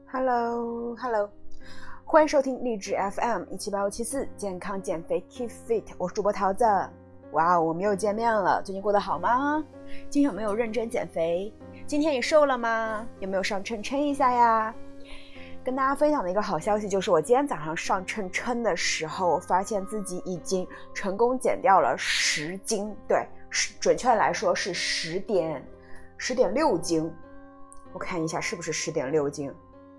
Hello，欢迎收听励志 FM1787574健康减肥 Keep Fit， 我是主播桃子。哇，我们又见面了，最近过得好吗？今天有没有认真减肥？今天你瘦了吗？有没有上称称一下呀？跟大家分享的一个好消息就是我今天早上上称的时候，我发现自己已经成功减掉了10斤，对，准确来说是10.6斤。我看一下是不是10.6斤。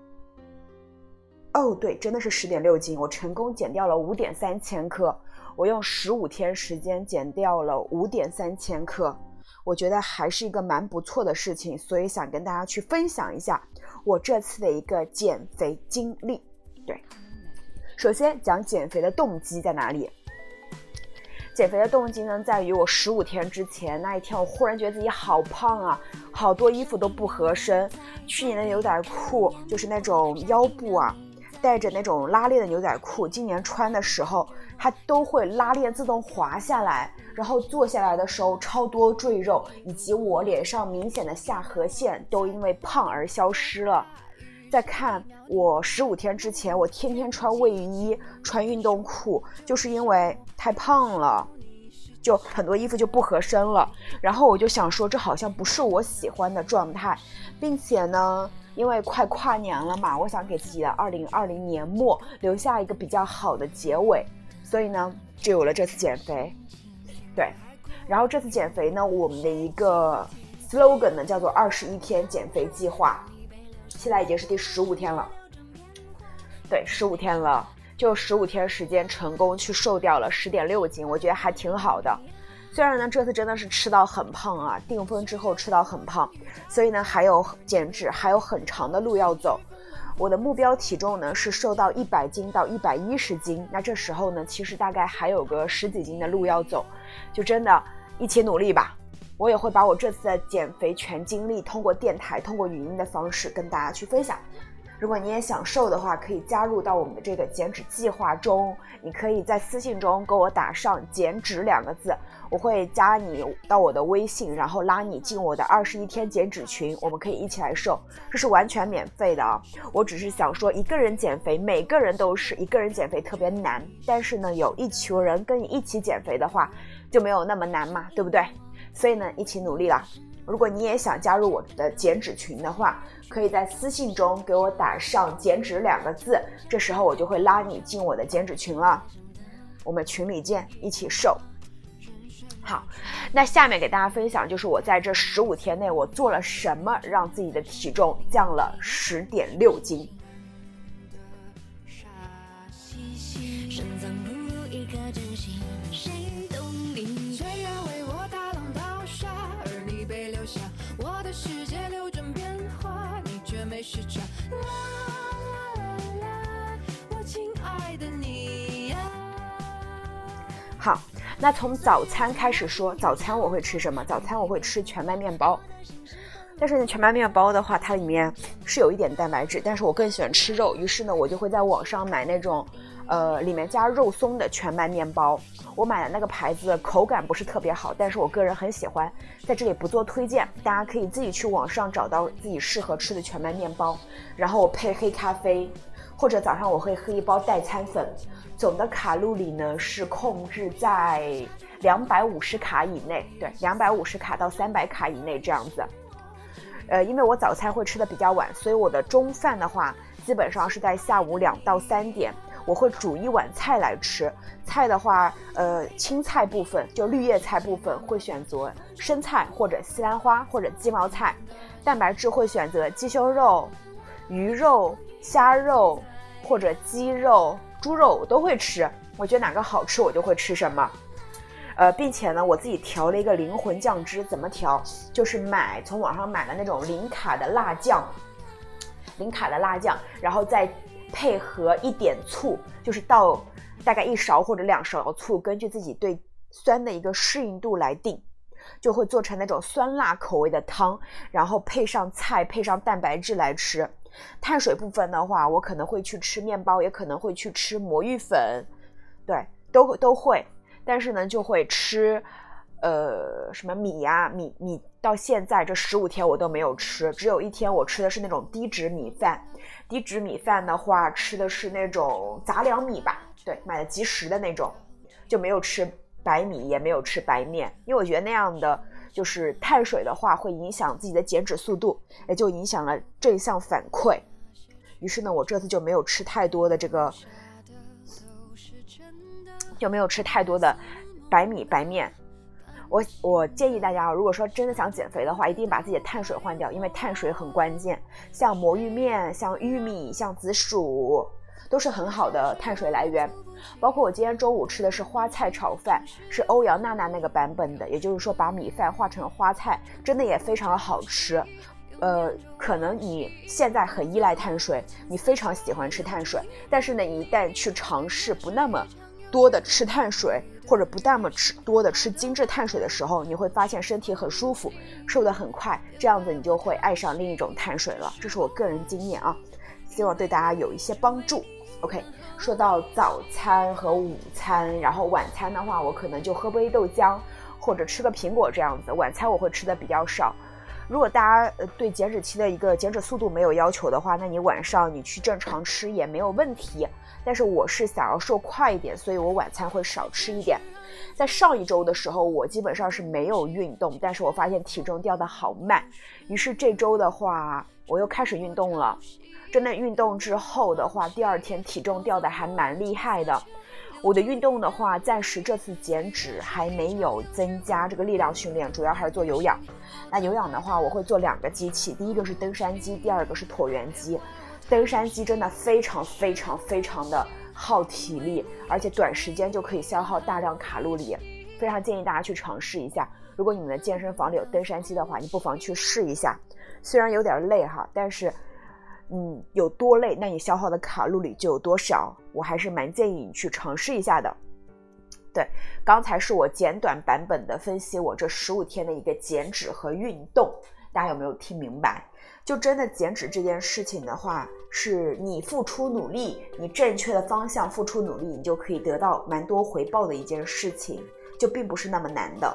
哦，对，真的是10.6斤，我成功减掉了5.3千克，我用15天时间减掉了5.3千克，我觉得还是一个蛮不错的事情，所以想跟大家去分享一下我这次的一个减肥经历。对，首先讲减肥的动机在哪里？减肥的动机呢，在于我15天之前那一天，我忽然觉得自己好胖啊，好多衣服都不合身。去年的牛仔裤就是那种腰部啊带着那种拉链的牛仔裤，今年穿的时候它都会拉链自动滑下来，然后坐下来的时候超多赘肉，以及我脸上明显的下颌线都因为胖而消失了。再看我15天之前，我天天穿卫衣穿运动裤，就是因为太胖了，就很多衣服就不合身了。然后我就想说这好像不是我喜欢的状态，并且呢因为快跨年了嘛，我想给自己的2020年末留下一个比较好的结尾，所以呢就有了这次减肥。对，然后这次减肥呢，我们的一个 slogan 呢叫做21天减肥计划，现在已经是第15天了。对，15天了，就15天时间成功去瘦掉了10.6斤，我觉得还挺好的。虽然呢这次真的是吃到很胖啊，订婚之后吃到很胖，所以呢还有减脂还有很长的路要走。我的目标体重呢是瘦到100斤到110斤，那这时候呢其实大概还有个10几斤的路要走，就真的一起努力吧。我也会把我这次的减肥全经历通过电台通过语音的方式跟大家去分享。如果你也想瘦的话，可以加入到我们的这个减脂计划中，你可以在私信中给我打上减脂2个字，我会加你到我的微信，然后拉你进我的21天减脂群，我们可以一起来瘦，这是完全免费的啊。我只是想说一个人减肥，每个人都是一个人减肥特别难，但是呢有一群人跟你一起减肥的话就没有那么难嘛，对不对？所以呢一起努力啦。如果你也想加入我的减脂群的话，可以在私信中给我打上减脂2个字，这时候我就会拉你进我的减脂群了，我们群里见，一起瘦。好，那下面给大家分享就是我在这15天内我做了什么让自己的体重降了10.6斤。好，那从早餐开始说，早餐我会吃什么？早餐我会吃全麦面包，但是全麦面包的话它里面是有一点蛋白质，但是我更喜欢吃肉，于是呢我就会在网上买那种里面加肉松的全麦面包。我买的那个牌子口感不是特别好，但是我个人很喜欢，在这里不做推荐，大家可以自己去网上找到自己适合吃的全麦面包，然后我配黑咖啡，或者早上我会喝一包代餐粉，总的卡路里呢是控制在250卡以内，对，250卡到300卡以内这样子。因为我早餐会吃的比较晚，所以我的中饭的话基本上是在下午2到3点，我会煮一碗菜来吃。菜的话青菜部分就绿叶菜部分会选择生菜或者西兰花或者鸡毛菜，蛋白质会选择鸡胸肉、鱼肉、虾肉或者鸡肉、猪肉我都会吃，我觉得哪个好吃我就会吃什么。并且呢我自己调了一个灵魂酱汁，怎么调？就是从网上买的那种零卡的辣酱，然后再配合一点醋，就是倒大概1勺或者2勺醋，根据自己对酸的一个适应度来定，就会做成那种酸辣口味的汤，然后配上菜配上蛋白质来吃。碳水部分的话我可能会去吃面包，也可能会去吃魔芋粉，对，都会，但是呢就会吃什么米呀，米到现在这15天我都没有吃，只有一天我吃的是那种低脂米饭。低脂米饭的话，吃的是那种杂粮米吧，对，买的即食的那种，就没有吃白米，也没有吃白面，因为我觉得那样的就是碳水的话会影响自己的减脂速度，也就影响了正向反馈。于是呢，我这次就没有吃太多的白米白面。我建议大家，如果说真的想减肥的话，一定把自己的碳水换掉，因为碳水很关键。像魔芋面、像玉米、像紫薯，都是很好的碳水来源。包括我今天中午吃的是花菜炒饭，是欧阳娜娜那个版本的，也就是说把米饭化成花菜，真的也非常好吃。可能你现在很依赖碳水，你非常喜欢吃碳水，但是呢，一旦去尝试不那么多的吃碳水，或者不那么多的吃精致碳水的时候，你会发现身体很舒服，瘦得很快，这样子你就会爱上另一种碳水了。这是我个人经验啊，希望对大家有一些帮助。OK， 说到早餐和午餐，然后晚餐的话，我可能就喝杯豆浆或者吃个苹果这样子。晚餐我会吃的比较少。如果大家对减脂期的一个减脂速度没有要求的话，那你晚上你去正常吃也没有问题。但是我是想要瘦快一点，所以我晚餐会少吃一点。在上一周的时候，我基本上是没有运动，但是我发现体重掉得好慢，于是这周的话我又开始运动了。真的运动之后的话，第二天体重掉得还蛮厉害的。我的运动的话，暂时这次减脂还没有增加这个力量训练，主要还是做有氧。那有氧的话，我会做2个机器，第一个是登山机，第二个是椭圆机。登山机真的非常的耗体力，而且短时间就可以消耗大量卡路里，非常建议大家去尝试一下。如果你们的健身房里有登山机的话，你不妨去试一下。虽然有点累哈，但是有多累，那你消耗的卡路里就有多少，我还是蛮建议你去尝试一下的。对，刚才是我简短版本的分析我这15天的一个减脂和运动，大家有没有听明白？就真的减脂这件事情的话，是你付出努力，你正确的方向付出努力，你就可以得到蛮多回报的一件事情，就并不是那么难的。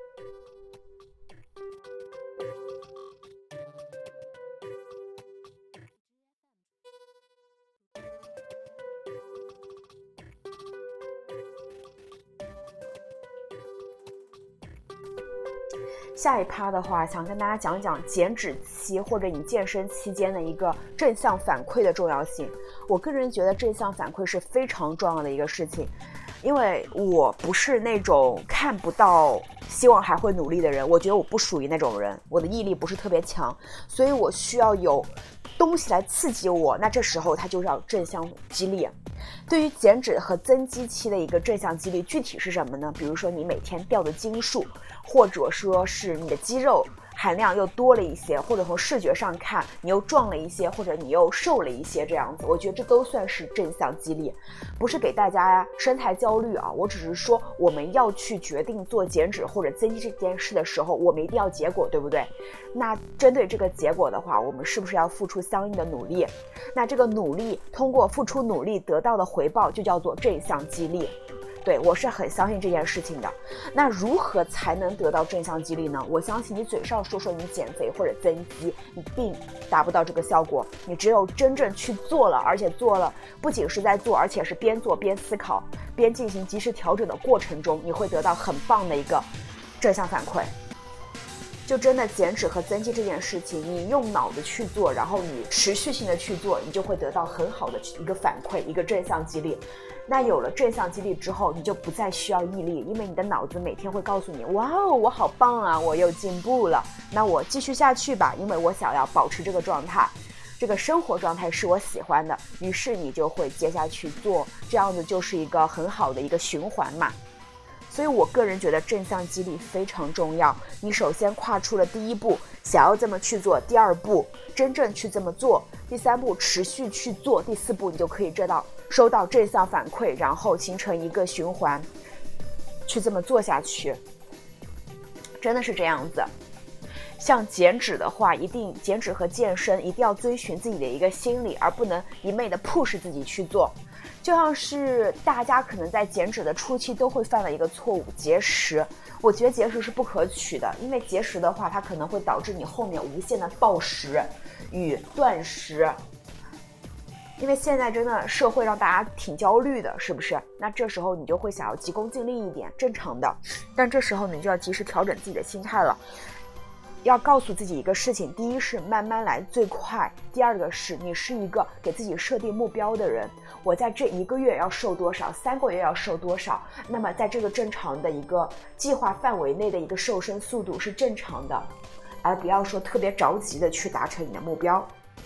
下一趴的话，想跟大家讲讲减脂期或者你健身期间的一个正向反馈的重要性。我个人觉得正向反馈是非常重要的一个事情，因为我不是那种看不到希望还会努力的人，我觉得我不属于那种人，我的毅力不是特别强，所以我需要有东西来刺激我，那这时候它就要正向激励。对于减脂和增肌期的一个正向激励，具体是什么呢？比如说你每天掉的斤数，或者说是你的肌肉含量又多了一些，或者从视觉上看你又壮了一些，或者你又瘦了一些，这样子我觉得这都算是正向激励。不是给大家身材焦虑啊，我只是说我们要去决定做减脂或者增肌这件事的时候，我们一定要结果，对不对？那针对这个结果的话，我们是不是要付出相应的努力？那这个努力通过付出努力得到的回报就叫做正向激励。对，我是很相信这件事情的。那如何才能得到正向激励呢？我相信你嘴上说说你减肥或者增肌，你并达不到这个效果。你只有真正去做了，而且做了不仅是在做，而且是边做边思考边进行及时调整的过程中，你会得到很棒的一个正向反馈。就真的减脂和增肌这件事情，你用脑子去做，然后你持续性的去做，你就会得到很好的一个反馈，一个正向激励。那有了正向激励之后，你就不再需要毅力，因为你的脑子每天会告诉你，哇哦，我好棒啊，我又进步了，那我继续下去吧，因为我想要保持这个状态，这个生活状态是我喜欢的，于是你就会接下去做，这样子就是一个很好的一个循环嘛。所以我个人觉得正向激励非常重要。你首先跨出了第一步，想要这么去做；第二步，真正去这么做；第三步，持续去做；第四步，你就可以收到正向反馈，然后形成一个循环，去这么做下去。真的是这样子。 像减脂的话，减脂和健身一定要遵循自己的一个心理，而不能一昧的 push 自己去做。就像是大家可能在减脂的初期都会犯的一个错误，节食。我觉得节食是不可取的，因为节食的话，它可能会导致你后面无限的暴食与断食。因为现在真的社会让大家挺焦虑的，是不是？那这时候你就会想要急功近利一点，正常的。但这时候你就要及时调整自己的心态了。要告诉自己一个事情，第一是慢慢来最快，第二个是你是一个给自己设定目标的人，我在这1个月要瘦多少，3个月要瘦多少，那么在这个正常的一个计划范围内的一个瘦身速度是正常的，而不要说特别着急的去达成你的目标。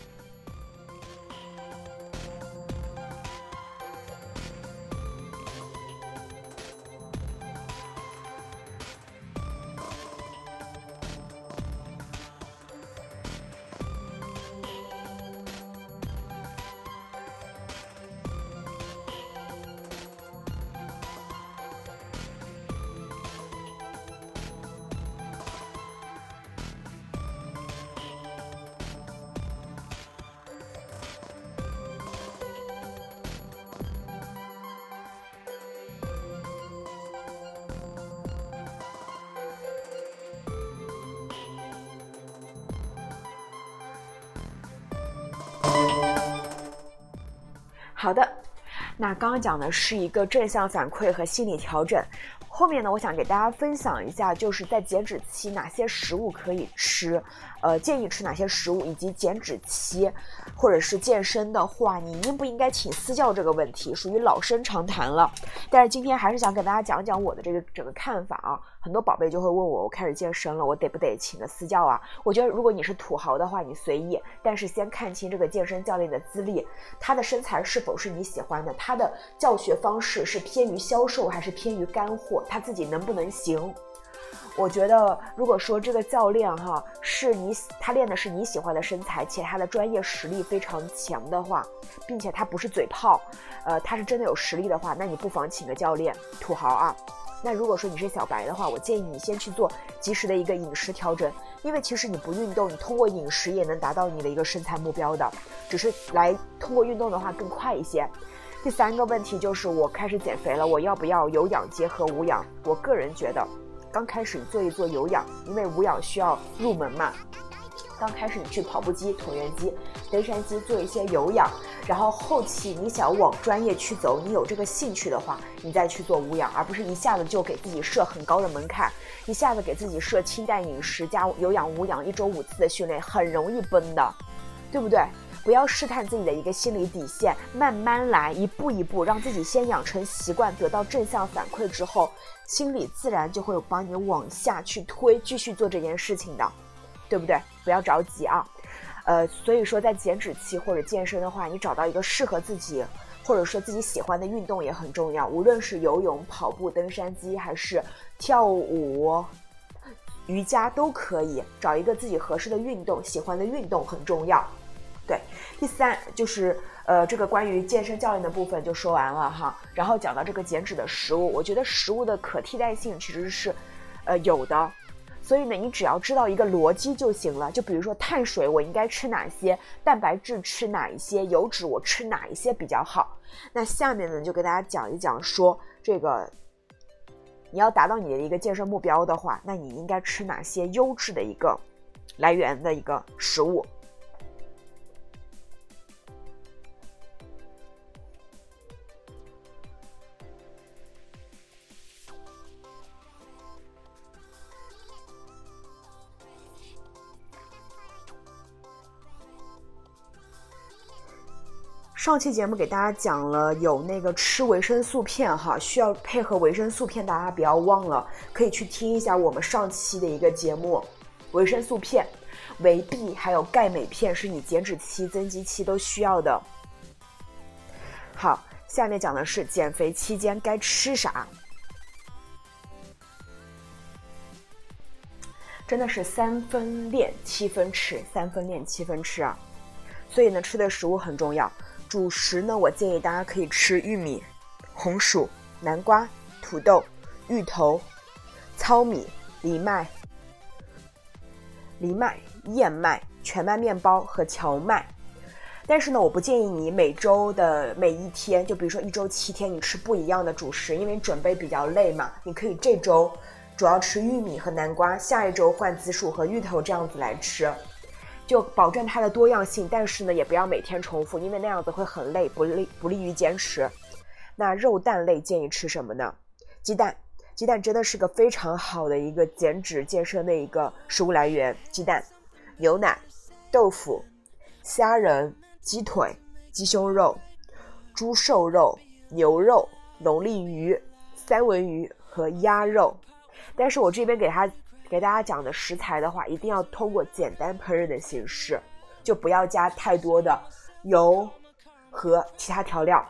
好的，那刚刚讲的是一个正向反馈和心理调整。后面呢，我想给大家分享一下，就是在减脂期哪些食物可以吃，建议吃哪些食物，以及减脂期或者是健身的话，你应不应该请私教这个问题，属于老生常谈了。但是今天还是想给大家讲讲我的这个整个看法啊。很多宝贝就会问我开始健身了，我得不得请个私教啊？我觉得如果你是土豪的话，你随意，但是先看清这个健身教练的资历，他的身材是否是你喜欢的，他的教学方式是偏于销售还是偏于干货，他自己能不能行。我觉得如果说这个教练他练的是你喜欢的身材，且他的专业实力非常强的话，并且他不是嘴炮，他是真的有实力的话，那你不妨请个教练，土豪啊。那如果说你是小白的话，我建议你先去做及时的一个饮食调整，因为其实你不运动，你通过饮食也能达到你的一个身材目标的，只是来通过运动的话更快一些。第3个问题就是我开始减肥了，我要不要有氧结合无氧？我个人觉得刚开始你做一做有氧，因为无氧需要入门嘛。刚开始你去跑步机、椭圆机、登山机做一些有氧，然后后期你想往专业去走，你有这个兴趣的话，你再去做无氧，而不是一下子就给自己设很高的门槛，一下子给自己设清淡饮食加有氧无氧1周5次的训练，很容易崩的，对不对？不要试探自己的一个心理底线，慢慢来，一步一步，让自己先养成习惯，得到正向反馈之后，心理自然就会帮你往下去推，继续做这件事情的，对不对？不要着急啊。所以说在减脂期或者健身的话，你找到一个适合自己或者说自己喜欢的运动也很重要，无论是游泳、跑步、登山机还是跳舞、瑜伽都可以，找一个自己合适的运动，喜欢的运动很重要。对，第3就是这个关于健身教练的部分就说完了哈，然后讲到这个减脂的食物，我觉得食物的可替代性其实是有的，所以呢你只要知道一个逻辑就行了，就比如说碳水我应该吃哪些，蛋白质吃哪一些，油脂我吃哪一些比较好。那下面呢就给大家讲一讲说这个你要达到你的一个健身目标的话，那你应该吃哪些优质的一个来源的一个食物。上期节目给大家讲了有那个吃维生素片哈，需要配合维生素片，大家不要忘了可以去听一下我们上期的一个节目。维生素片、维 B 还有钙镁片是你减脂期、增肌期都需要的。好，下面讲的是减肥期间该吃啥。真的是3分练7分吃，3分练7分吃啊！所以呢，吃的食物很重要。主食呢，我建议大家可以吃玉米、红薯、南瓜、土豆、芋头、糙米、藜麦。 藜麦、燕麦、全麦面包和荞麦。但是呢，我不建议你每周的每一天，就比如说1周7天，你吃不一样的主食，因为准备比较累嘛。你可以这周主要吃玉米和南瓜，下一周换紫薯和芋头这样子来吃，就保证它的多样性。但是呢，也不要每天重复，因为那样子会很累，不利于坚持。那肉蛋类建议吃什么呢？鸡蛋真的是个非常好的一个减脂健身的一个食物来源。鸡蛋、牛奶、豆腐、虾仁、鸡腿、鸡胸肉、猪瘦肉、牛肉、龙利鱼、三文鱼和鸭肉。但是我这边给大家讲的食材的话，一定要通过简单烹饪的形式，就不要加太多的油和其他调料。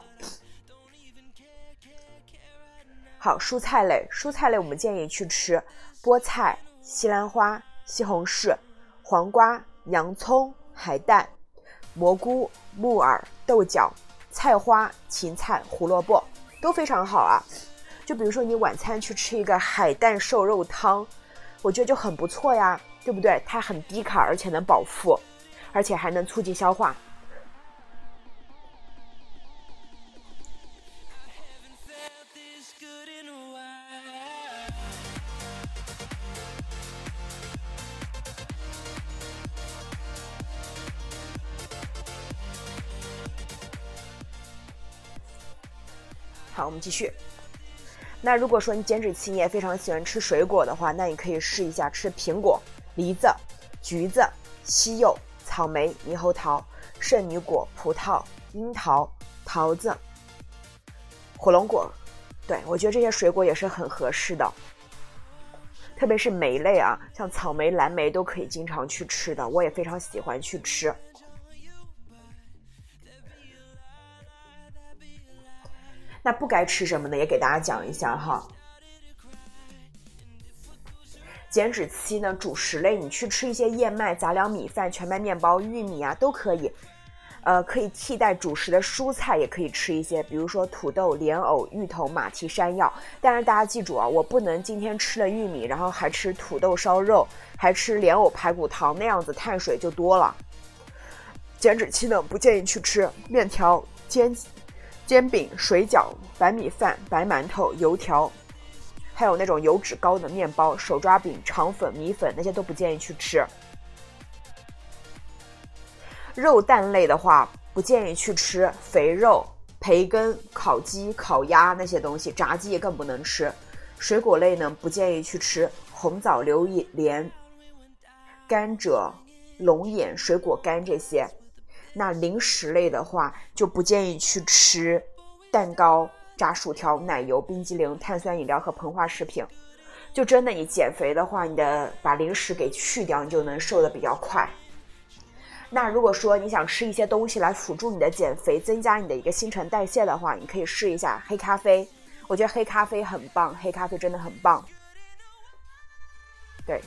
好，蔬菜类我们建议去吃菠菜、西兰花、西红柿、黄瓜、洋葱、海带、蘑菇、木耳、豆角、菜花、芹菜、胡萝卜都非常好啊。就比如说你晚餐去吃一个海带瘦肉汤，我觉得就很不错呀，对不对？它很低卡，而且能饱腹，而且还能促进消化。好，我们继续。那如果说你减脂期你也非常喜欢吃水果的话，那你可以试一下吃苹果、梨子、橘子、西柚、草莓、猕猴桃、圣女果、葡萄、樱桃、桃子、火龙果。对，我觉得这些水果也是很合适的，特别是莓类啊，像草莓、蓝莓都可以经常去吃的，我也非常喜欢去吃。那不该吃什么呢？也给大家讲一下哈。减脂期呢，主食类你去吃一些燕麦、杂粮米饭、全麦面包、玉米啊，都可以。可以替代主食的蔬菜也可以吃一些，比如说土豆、莲藕、芋头、马蹄、山药。当然大家记住啊，我不能今天吃了玉米，然后还吃土豆烧肉，还吃莲藕排骨汤，那样子碳水就多了。减脂期呢，不建议去吃面条、煎饼、水饺、白米饭、白馒头、油条，还有那种油脂高的面包、手抓饼、肠粉、米粉，那些都不建议去吃。肉蛋类的话，不建议去吃肥肉、培根、烤鸡、烤鸭那些东西，炸鸡也更不能吃。水果类呢，不建议去吃红枣、榴莲、甘蔗、龙眼、水果干这些。那零食类的话，就不建议去吃蛋糕、炸薯条、奶油、冰激凌、碳酸饮料和膨化食品。就真的你减肥的话，把零食给去掉，你就能瘦得比较快。那如果说你想吃一些东西来辅助你的减肥，增加你的一个新陈代谢的话，你可以试一下黑咖啡。我觉得黑咖啡很棒，黑咖啡真的很棒。对。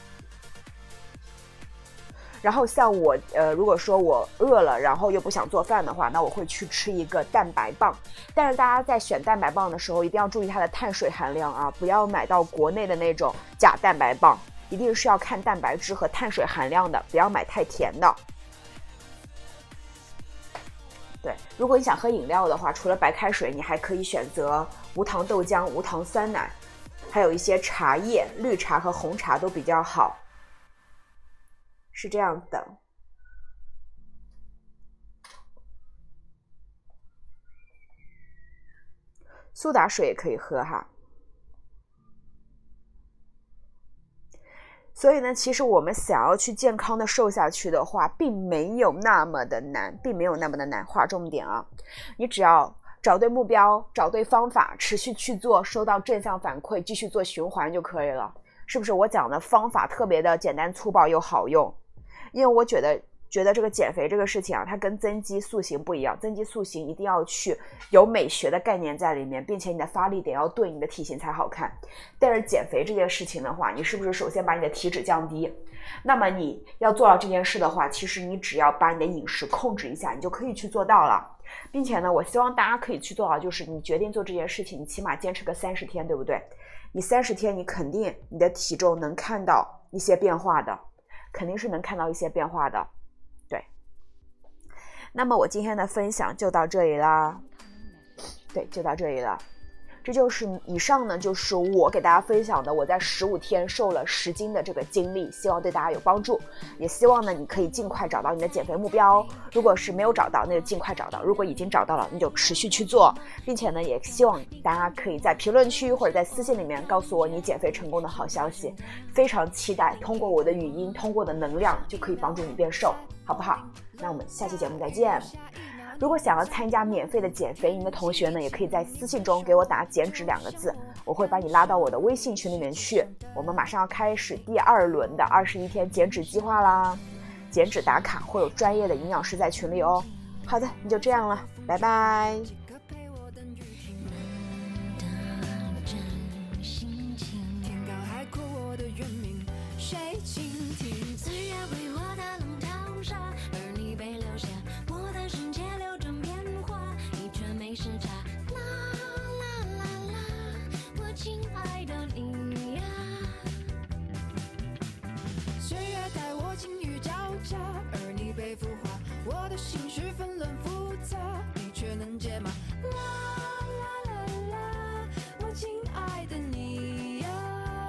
然后像我如果说我饿了，然后又不想做饭的话，那我会去吃一个蛋白棒。但是大家在选蛋白棒的时候，一定要注意它的碳水含量啊，不要买到国内的那种假蛋白棒，一定是要看蛋白质和碳水含量的，不要买太甜的。对，如果你想喝饮料的话，除了白开水，你还可以选择无糖豆浆、无糖酸奶，还有一些茶叶，绿茶和红茶都比较好。是这样的。苏打水也可以喝哈。所以呢，其实我们想要去健康的瘦下去的话，并没有那么的难，划重点啊，你只要找对目标，找对方法，持续去做，收到正向反馈，继续做循环就可以了。是不是我讲的方法特别的简单粗暴又好用？因为我觉得这个减肥这个事情啊，它跟增肌塑形不一样，增肌塑形一定要去有美学的概念在里面，并且你的发力点要对，你的体型才好看。但是减肥这件事情的话，你是不是首先把你的体脂降低？那么你要做到这件事的话，其实你只要把你的饮食控制一下，你就可以去做到了。并且呢，我希望大家可以去做到，就是你决定做这件事情，你起码坚持个30天，对不对？你30天，你肯定你的体重能看到一些变化的。 肯定是能看到一些变化的。对，那么我今天的分享就到这里啦。对，就到这里了。这就是以上呢，就是我给大家分享的我在15天瘦了10斤的这个经历，希望对大家有帮助，也希望呢你可以尽快找到你的减肥目标，如果是没有找到，那就尽快找到，如果已经找到了，你就持续去做，并且呢也希望大家可以在评论区或者在私信里面告诉我你减肥成功的好消息，非常期待通过我的语音，通过我的能量就可以帮助你变瘦，好不好？那我们下期节目再见。如果想要参加免费的减肥营的同学呢，也可以在私信中给我打减脂2个字，我会把你拉到我的微信群里面去。我们马上要开始第2轮的21天减脂计划啦，减脂打卡会有专业的营养师在群里哦。好的，那就这样了，拜拜。 而你被孵化，我的心绪纷乱复杂，你却能解码。啦啦啦啦，我亲爱的你呀。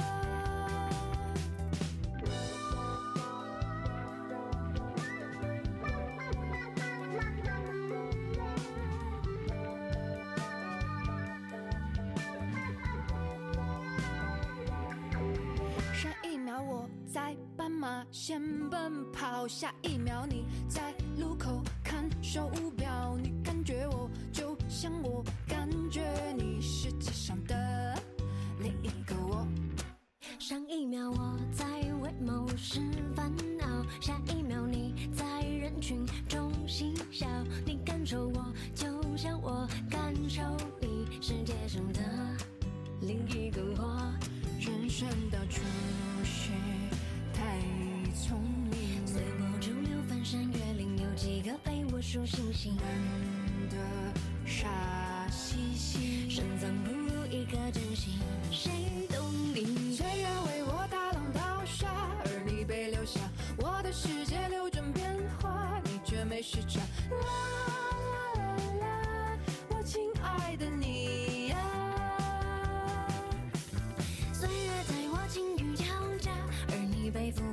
上一秒我在斑马线奔跑，下一秒你在路口看手表，你感觉我就像我感觉你，世界上的另一个我。 上一秒我在为某事烦恼，下一秒你在人群中嬉笑，你感受我就像我感受你，世界上的另一个我。 人生到处是太聪明， 随波逐流翻山越岭，有几个陪我数星星， 难得傻兮兮， 深藏不如一颗真心，谁懂你？ 岁月为我大浪淘沙，而你被留下，我的世界流转变化，你却没时差。啦啦啦啦，我亲爱的你呀。 岁月在我境遇交加，而你背负